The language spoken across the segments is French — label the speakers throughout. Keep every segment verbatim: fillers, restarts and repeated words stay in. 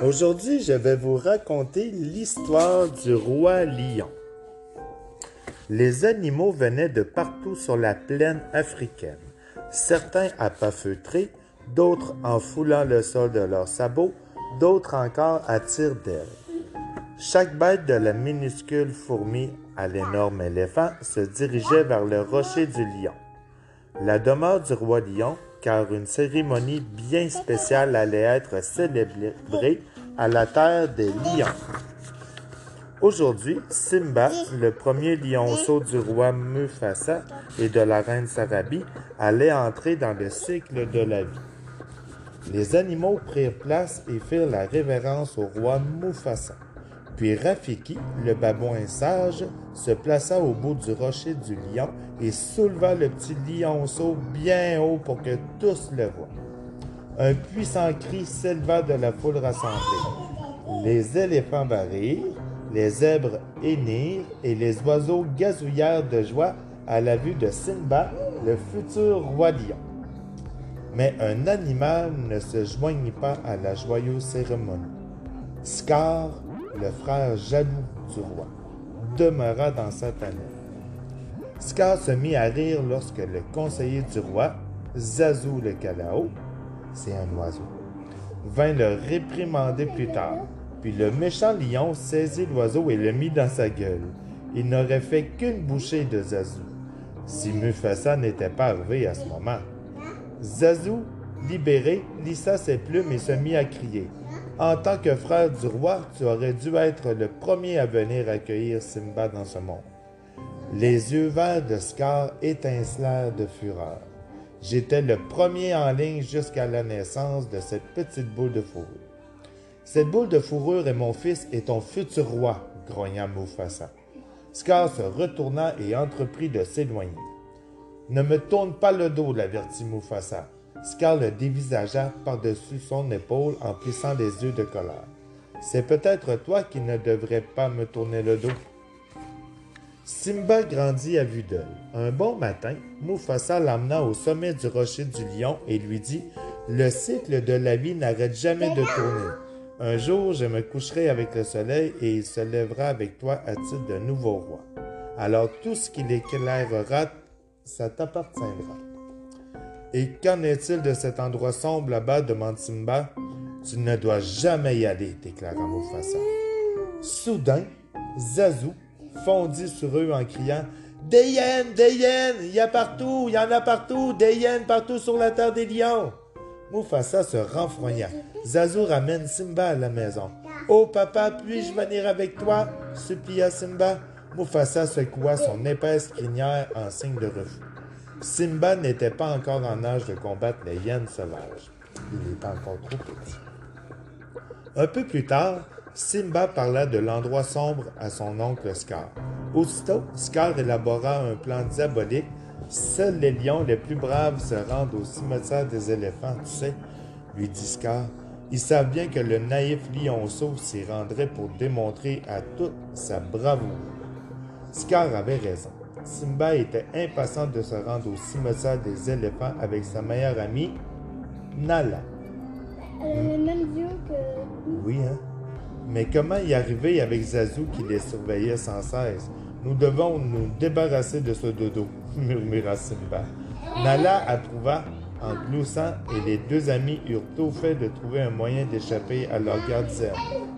Speaker 1: Aujourd'hui, je vais vous raconter l'histoire du roi lion. Les animaux venaient de partout sur la plaine africaine, certains à pas feutrés, d'autres en foulant le sol de leurs sabots, d'autres encore à tire d'aile. Chaque bête de la minuscule fourmi à l'énorme éléphant se dirigeait vers le rocher du lion, la demeure du roi lion, car une cérémonie bien spéciale allait être célébrée à la terre des lions. Aujourd'hui, Simba, le premier lionceau du roi Mufasa et de la reine Sarabi, allait entrer dans le cycle de la vie. Les animaux prirent place et firent la révérence au roi Mufasa. Puis Rafiki, le babouin sage, se plaça au bout du rocher du lion et souleva le petit lionceau bien haut pour que tous le voient. Un puissant cri s'éleva de la foule rassemblée. Les éléphants varirent, les zèbres hennirent et les oiseaux gazouillèrent de joie à la vue de Simba, le futur roi lion. Mais un animal ne se joignit pas à la joyeuse cérémonie. Scar, le frère jaloux du roi, demeura dans sa tanière. Scar se mit à rire lorsque le conseiller du roi, Zazu le Kalao, c'est un oiseau, vint le réprimander plus tard. Puis le méchant lion saisit l'oiseau et le mit dans sa gueule. Il n'aurait fait qu'une bouchée de Zazu, si Mufasa n'était pas arrivé à ce moment. Zazu, libéré, lissa ses plumes et se mit à crier. En tant que frère du roi, tu aurais dû être le premier à venir accueillir Simba dans ce monde. Les yeux verts de Scar étincelèrent de fureur. J'étais le premier en ligne jusqu'à la naissance de cette petite boule de fourrure. Cette boule de fourrure est mon fils et ton futur roi, grogna Mufasa. Scar se retourna et entreprit de s'éloigner. Ne me tourne pas le dos, l'avertit Mufasa. Scar le dévisagea par-dessus son épaule en plissant les yeux de colère. C'est peut-être toi qui ne devrais pas me tourner le dos. Simba grandit à vue d'œil. Un bon matin, Mufasa l'emmena au sommet du rocher du lion et lui dit « Le cycle de la vie n'arrête jamais de tourner. Un jour, je me coucherai avec le soleil et il se lèvera avec toi à titre de nouveau roi. Alors tout ce qui l'éclairera, ça t'appartiendra. » « Et qu'en est-il de cet endroit sombre là-bas? Demande Simba. « Tu ne dois jamais y aller, déclara Mufasa. » Soudain, Zazu fondit sur eux en criant « Des hyènes, des hyènes! Il y a partout, il y en a partout, des hyènes partout sur la terre des lions! » Mufasa se renfrogna. Zazu ramène Simba à la maison. « Oh papa, puis-je venir avec toi? » supplia Simba. Mufasa secoua son épaisse crinière en signe de refus. Simba n'était pas encore en âge de combattre les hyènes sauvages. Il était encore trop petit. Un peu plus tard, Simba parla de l'endroit sombre à son oncle Scar. Aussitôt, Scar élabora un plan diabolique. Seuls les lions les plus braves se rendent au cimetière des éléphants, tu sais, lui dit Scar. Ils savent bien que le naïf lionceau s'y rendrait pour démontrer à toute sa bravoure. Scar avait raison. Simba était impatient de se rendre au cimetière des éléphants avec sa meilleure amie, Nala.
Speaker 2: Elle a les mêmes yeux que...
Speaker 1: Oui, hein? Mais comment y arriver avec Zazu qui les surveillait sans cesse? Nous devons nous débarrasser de ce dodo, murmura Simba. Nala approuva en gloussant et les deux amis eurent tôt fait de trouver un moyen d'échapper à leur gardienne.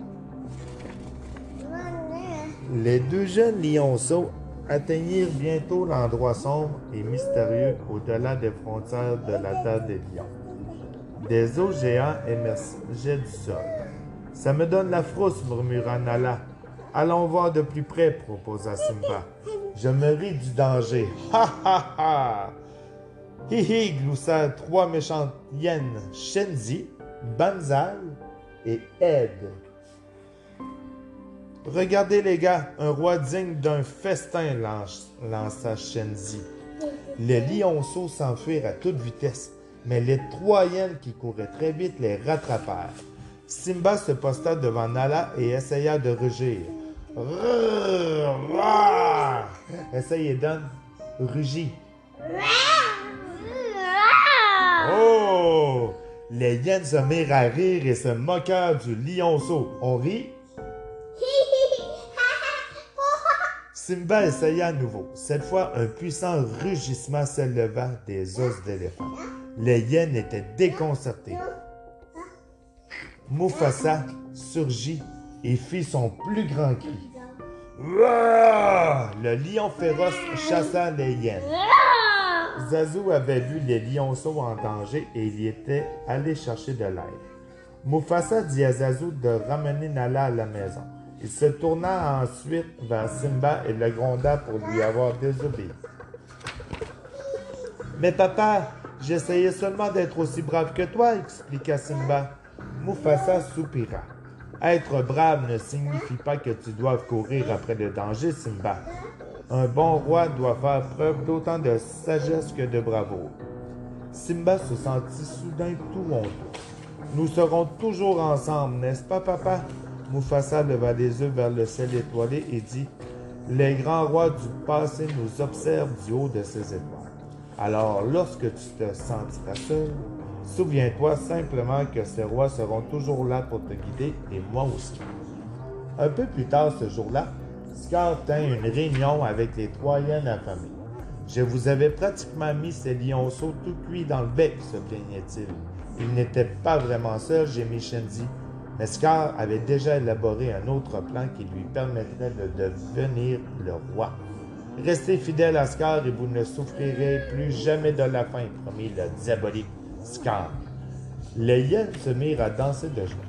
Speaker 1: Les deux jeunes lionceaux atteignirent bientôt l'endroit sombre et mystérieux au-delà des frontières de la terre des lions. Des os géants émergeaient du sol. « Ça me donne la frousse, murmura Nala. « Allons voir de plus près, proposa Simba. Je me ris du danger. Ha ha ha! » Hi hi, gloussèrent trois méchantes hyènes, Shenzi, Banzai et Ed. « Regardez les gars, un roi digne d'un festin, lança Shenzi. Les lionceaux s'enfuirent à toute vitesse, mais les trois hyènes qui couraient très vite les rattrapèrent. Simba se posta devant Nala et essaya de rugir. Essayez donc, rugis. Oh! Les hyènes se mirent à rire et se moquèrent du lionceau. On rit? Simba essaya à nouveau. Cette fois, un puissant rugissement s'éleva des os d'éléphant. Les hyènes étaient déconcertées. Mufasa surgit et fit son plus grand cri. Ouah! Le lion féroce chassa les hyènes. Zazu avait vu les lionceaux en danger et il y était allé chercher de l'aide. Mufasa dit à Zazu de ramener Nala à la maison. Il se tourna ensuite vers Simba et le gronda pour lui avoir désobéi. « Mais papa, j'essayais seulement d'être aussi brave que toi, » expliqua Simba. Mufasa soupira. « Être brave ne signifie pas que tu doives courir après le danger, Simba. Un bon roi doit faire preuve d'autant de sagesse que de bravoure. » Simba se sentit soudain tout honteux. « Nous serons toujours ensemble, n'est-ce pas, papa? » Mufasa leva les yeux vers le ciel étoilé et dit « Les grands rois du passé nous observent du haut de ces étoiles. Alors, lorsque tu te sentiras seul, souviens-toi simplement que ces rois seront toujours là pour te guider et moi aussi. » Un peu plus tard ce jour-là, Scar tint une réunion avec les trois hyènes affamées. « Je vous avais pratiquement mis ces lionceaux tout cuits dans le bec, se plaignait-il. Il n'était pas vraiment seul, gémit Shenzi. Mais Scar avait déjà élaboré un autre plan qui lui permettrait de devenir le roi. « Restez fidèle à Scar et vous ne souffrirez plus jamais de la faim, » promit le diabolique Scar. Les hyènes se mirent à danser de joie.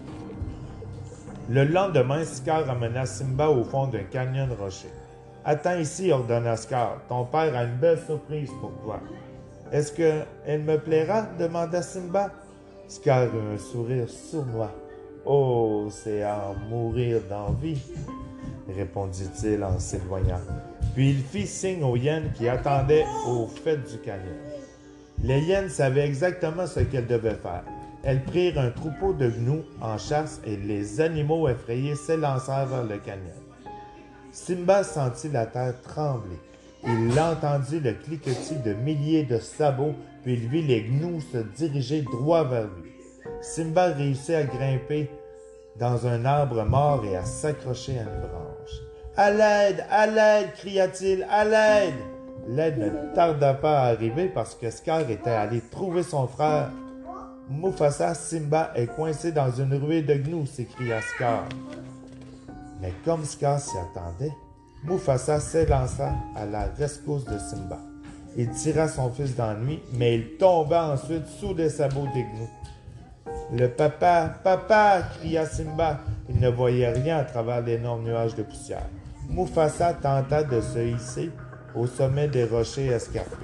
Speaker 1: Le lendemain, Scar amena Simba au fond d'un canyon rocheux. « Attends ici, » ordonna Scar. « Ton père a une belle surprise pour toi. »« Est-ce qu'elle me plaira? » demanda Simba. Scar eut un sourire sournois. « Oh, c'est à en mourir d'envie, » répondit-il en s'éloignant. Puis il fit signe aux hyènes qui attendaient au fait du canyon. Les hyènes savaient exactement ce qu'elles devaient faire. Elles prirent un troupeau de gnous en chasse et les animaux effrayés s'élancèrent vers le canyon. Simba sentit la terre trembler. Il entendit le cliquetis de milliers de sabots, puis il vit les gnous se diriger droit vers lui. Simba réussit à grimper dans un arbre mort et à s'accrocher à une branche. « À l'aide! À l'aide! » cria-t-il. « À l'aide! » L'aide ne tarda pas à arriver parce que Scar était allé trouver son frère. « Mufasa, Simba est coincé dans une ruée de gnous » s'écria Scar. Mais comme Scar s'y attendait, Mufasa s'élança à la rescousse de Simba. Il tira son fils d'ennui, mais il tomba ensuite sous les sabots des gnous. « Le papa, papa !» cria Simba. Il ne voyait rien à travers l'énorme nuage de poussière. Mufasa tenta de se hisser au sommet des rochers escarpés.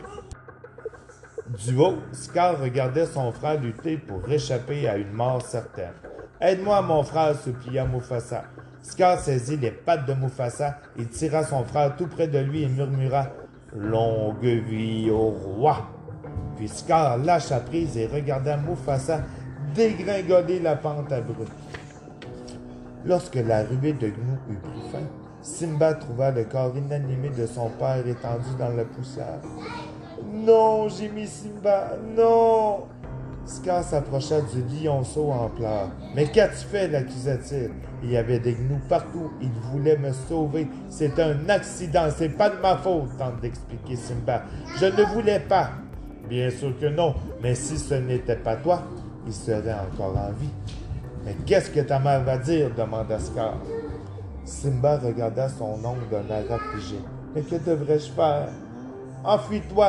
Speaker 1: Du haut, Scar regardait son frère lutter pour échapper à une mort certaine. « Aide-moi, mon frère !» supplia Mufasa. Scar saisit les pattes de Mufasa et tira son frère tout près de lui et murmura « Longue vie au roi !» Puis Scar lâcha prise et regarda Mufasa dégringoler la pente abrupte. Lorsque la ruée de gnous eut pris fin, Simba trouva le corps inanimé de son père étendu dans la poussière. « Non, gémit Simba, non !» Scar s'approcha du lionceau en pleurs. « Mais qu'as-tu fait ?» l'accusa-t-il. « Il y avait des gnous partout. Il voulait me sauver. C'est un accident. C'est pas de ma faute, » tente d'expliquer Simba. « Je ne voulais pas. »« Bien sûr que non. Mais si ce n'était pas toi, il serait encore en vie. »« Mais qu'est-ce que ta mère va dire ?» demanda Scar. Simba regarda son oncle d'un air affligé. « Mais que devrais-je faire? »« Enfuis-toi, »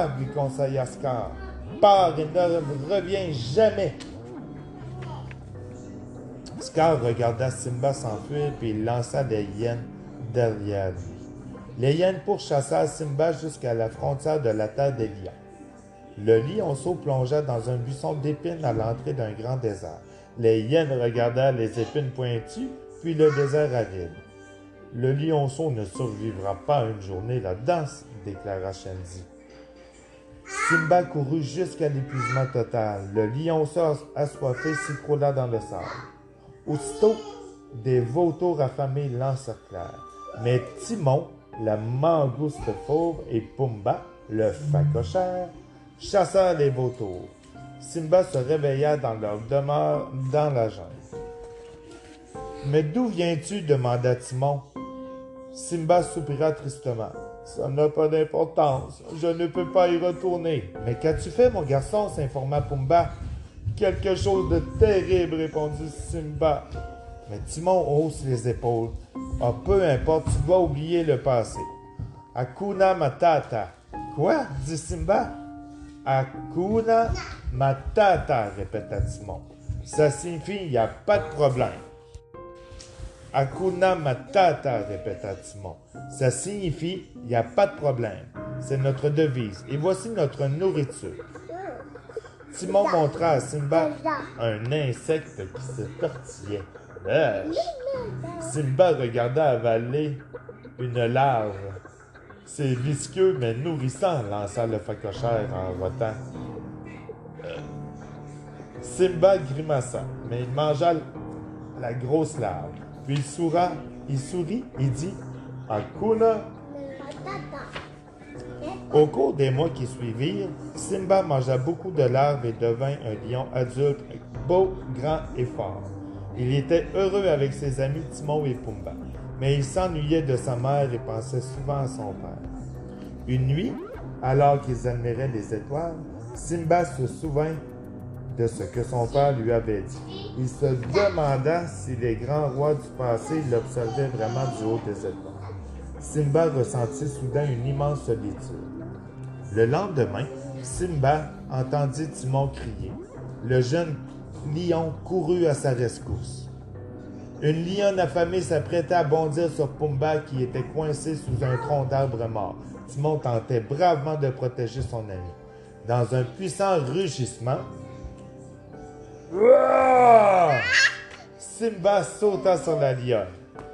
Speaker 1: lui conseilla Scar. « Pars et ne reviens jamais. » Scar regarda Simba s'enfuir, puis il lança des hyènes derrière lui. Les hyènes pourchassèrent Simba jusqu'à la frontière de la terre des lions. Le lionceau plongea dans un buisson d'épines à l'entrée d'un grand désert. Les hyènes regardèrent les épines pointues, puis le désert aride. « Le lionceau ne survivra pas une journée là-dedans, » déclara Shenzi. Simba courut jusqu'à l'épuisement total. Le lionceau assoiffé s'écroula dans le sable. Aussitôt, des vautours affamés l'encerclèrent. Mais Timon, la mangouste fauve, et Pumba, le phacochère, chassèrent les vautours. Simba se réveilla dans leur demeure dans la jungle. « Mais d'où viens-tu? » demanda Timon. Simba soupira tristement. « Ça n'a pas d'importance, je ne peux pas y retourner. »« Mais qu'as-tu fait, mon garçon? » s'informa Pumba. « Quelque chose de terrible, répondit Simba. Mais Timon hausse les épaules. « Ah, peu importe, tu dois oublier le passé. »« Hakuna Matata. »« Quoi? » dit Simba. « Hakuna Matata, » répéta Timon. « Ça signifie il n'y a pas de problème. »« Hakuna Matata, » répéta Timon. « Ça signifie il n'y a pas de problème. C'est notre devise. Et voici notre nourriture. » Timon montra à Simba un insecte qui se tortillait. Lâche. Simba regarda avaler une larve. C'est visqueux mais nourrissant, lança le phacochère en rotant. Euh. Simba grimaça, mais il mangea la grosse larve. Puis il sourit, il sourit et dit « Hakuna ». Au cours des mois qui suivirent, Simba mangea beaucoup de larves et devint un lion adulte, beau, grand et fort. Il était heureux avec ses amis Timon et Pumba, mais il s'ennuyait de sa mère et pensait souvent à son père. Une nuit, alors qu'ils admiraient les étoiles, Simba se souvint de ce que son père lui avait dit. Il se demanda si les grands rois du passé l'observaient vraiment du haut des étoiles. Simba ressentit soudain une immense solitude. Le lendemain, Simba entendit Timon crier. Le jeune lion courut à sa rescousse. Une lionne affamée s'apprêtait à bondir sur Pumba qui était coincé sous un tronc d'arbre mort. Timon tentait bravement de protéger son ami. Dans un puissant rugissement, Ouah! Simba sauta sur la lionne.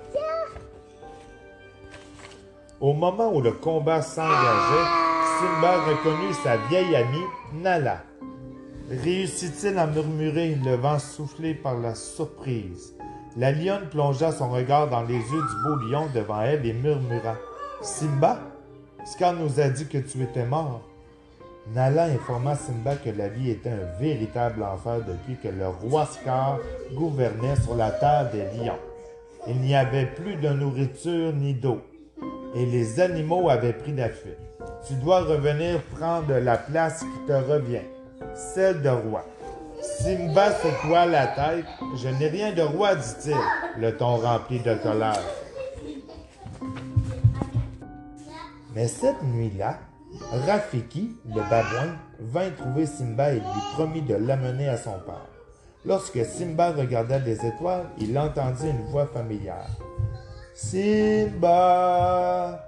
Speaker 1: Au moment où le combat s'engageait, Simba reconnut sa vieille amie, Nala. Réussit-il à murmurer, le vent soufflé par la surprise? La lionne plongea son regard dans les yeux du beau lion devant elle et murmura. « Simba, Scar nous a dit que tu étais mort. » Nala informa Simba que la vie était un véritable enfer depuis que le roi Scar gouvernait sur la terre des lions. Il n'y avait plus de nourriture ni d'eau, et les animaux avaient pris la fuite. Tu dois revenir prendre la place qui te revient, celle de roi. Simba secoua la tête. « Je n'ai rien de roi, dit-il, le ton rempli de colère. » Mais cette nuit-là, Rafiki, le babouin, vint trouver Simba et lui promit de l'amener à son père. Lorsque Simba regarda les étoiles, il entendit une voix familière. « Simba »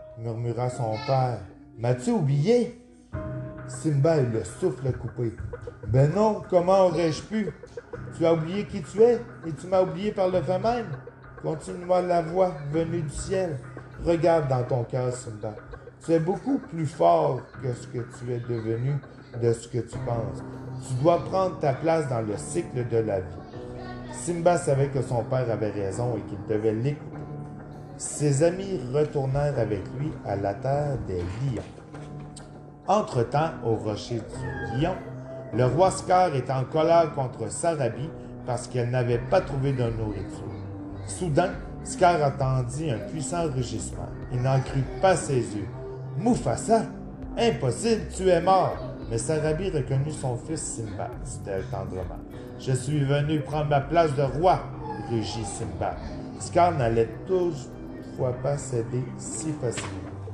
Speaker 1: murmura son père. « M'as-tu oublié? » Simba eut le souffle coupé. « Ben non, comment aurais-je pu? Tu as oublié qui tu es et tu m'as oublié par le fait même. » Continua la voix venue du ciel. « Regarde dans ton cœur, Simba. Tu es beaucoup plus fort que ce que tu es devenu, de ce que tu penses. Tu dois prendre ta place dans le cycle de la vie. » Simba savait que son père avait raison et qu'il devait l'écouter. Ses amis retournèrent avec lui à la terre des lions. Entre-temps, au rocher du lion, le roi Scar était en colère contre Sarabi parce qu'elle n'avait pas trouvé de nourriture. Soudain, Scar entendit un puissant rugissement. Il n'en crut pas ses yeux. « Mufasa! Impossible, tu es mort! » Mais Sarabi reconnut son fils Simba, dit-elle tendrement. « Je suis venu prendre ma place de roi, » rugit Simba. Scar n'allait toutefois pas céder si facilement.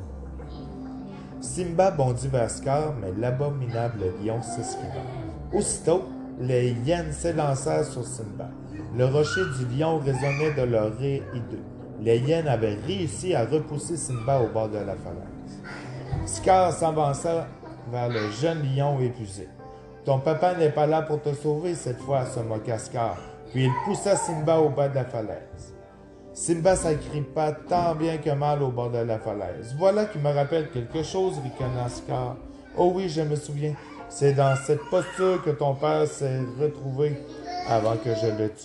Speaker 1: Simba bondit vers Scar, mais l'abominable lion s'esquiva. Aussitôt, les hyènes s'élancèrent sur Simba. Le rocher du lion résonnait de leur rire hideux. Les hyènes avaient réussi à repousser Simba au bord de la falaise. Scar s'avança vers le jeune lion épuisé. « Ton papa n'est pas là pour te sauver cette fois, » se moqua Scar. Puis il poussa Simba au bas de la falaise. Simba s'agrippa tant bien que mal au bord de la falaise. « Voilà qui me rappelle quelque chose, » ricana Scar. « Oh oui, je me souviens. C'est dans cette posture que ton père s'est retrouvé avant que je le tue. »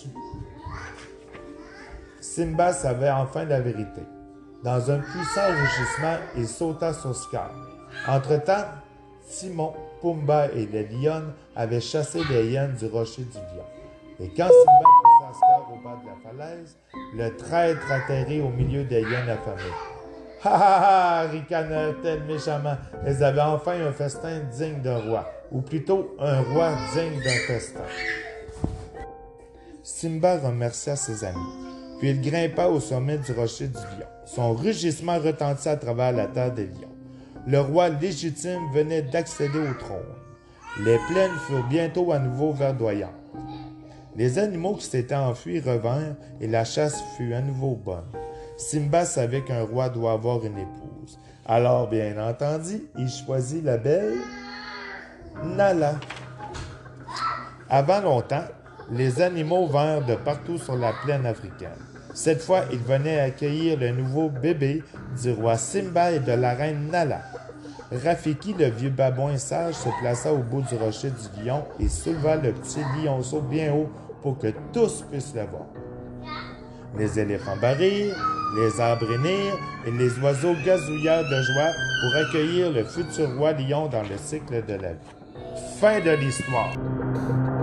Speaker 1: Simba savait enfin la vérité. Dans un puissant rugissement, il sauta sur Scar. Entre-temps, Timon, Pumba et les lionnes avaient chassé les hyènes du rocher du lion. Et quand Simba poussa Scar au bas de la falaise, le traître atterrit au milieu des hyènes affamées. « Ha ha ha » ricanèrent-elles méchamment. Elles avaient enfin un festin digne d'un roi, ou plutôt un roi digne d'un festin. Simba remercia ses amis, puis il grimpa au sommet du rocher du lion. Son rugissement retentit à travers la terre des lions. Le roi légitime venait d'accéder au trône. Les plaines furent bientôt à nouveau verdoyantes. Les animaux qui s'étaient enfuis revinrent et la chasse fut à nouveau bonne. Simba savait qu'un roi doit avoir une épouse. Alors, bien entendu, il choisit la belle Nala. Avant longtemps, les animaux vinrent de partout sur la plaine africaine. Cette fois, ils venaient accueillir le nouveau bébé du roi Simba et de la reine Nala. Rafiki, le vieux babouin sage, se plaça au bout du rocher du lion et souleva le petit lionceau bien haut pour que tous puissent le voir. Les éléphants barrirent, les arbres hennirent et les oiseaux gazouillèrent de joie pour accueillir le futur roi lion dans le cycle de la vie. Fin de l'histoire.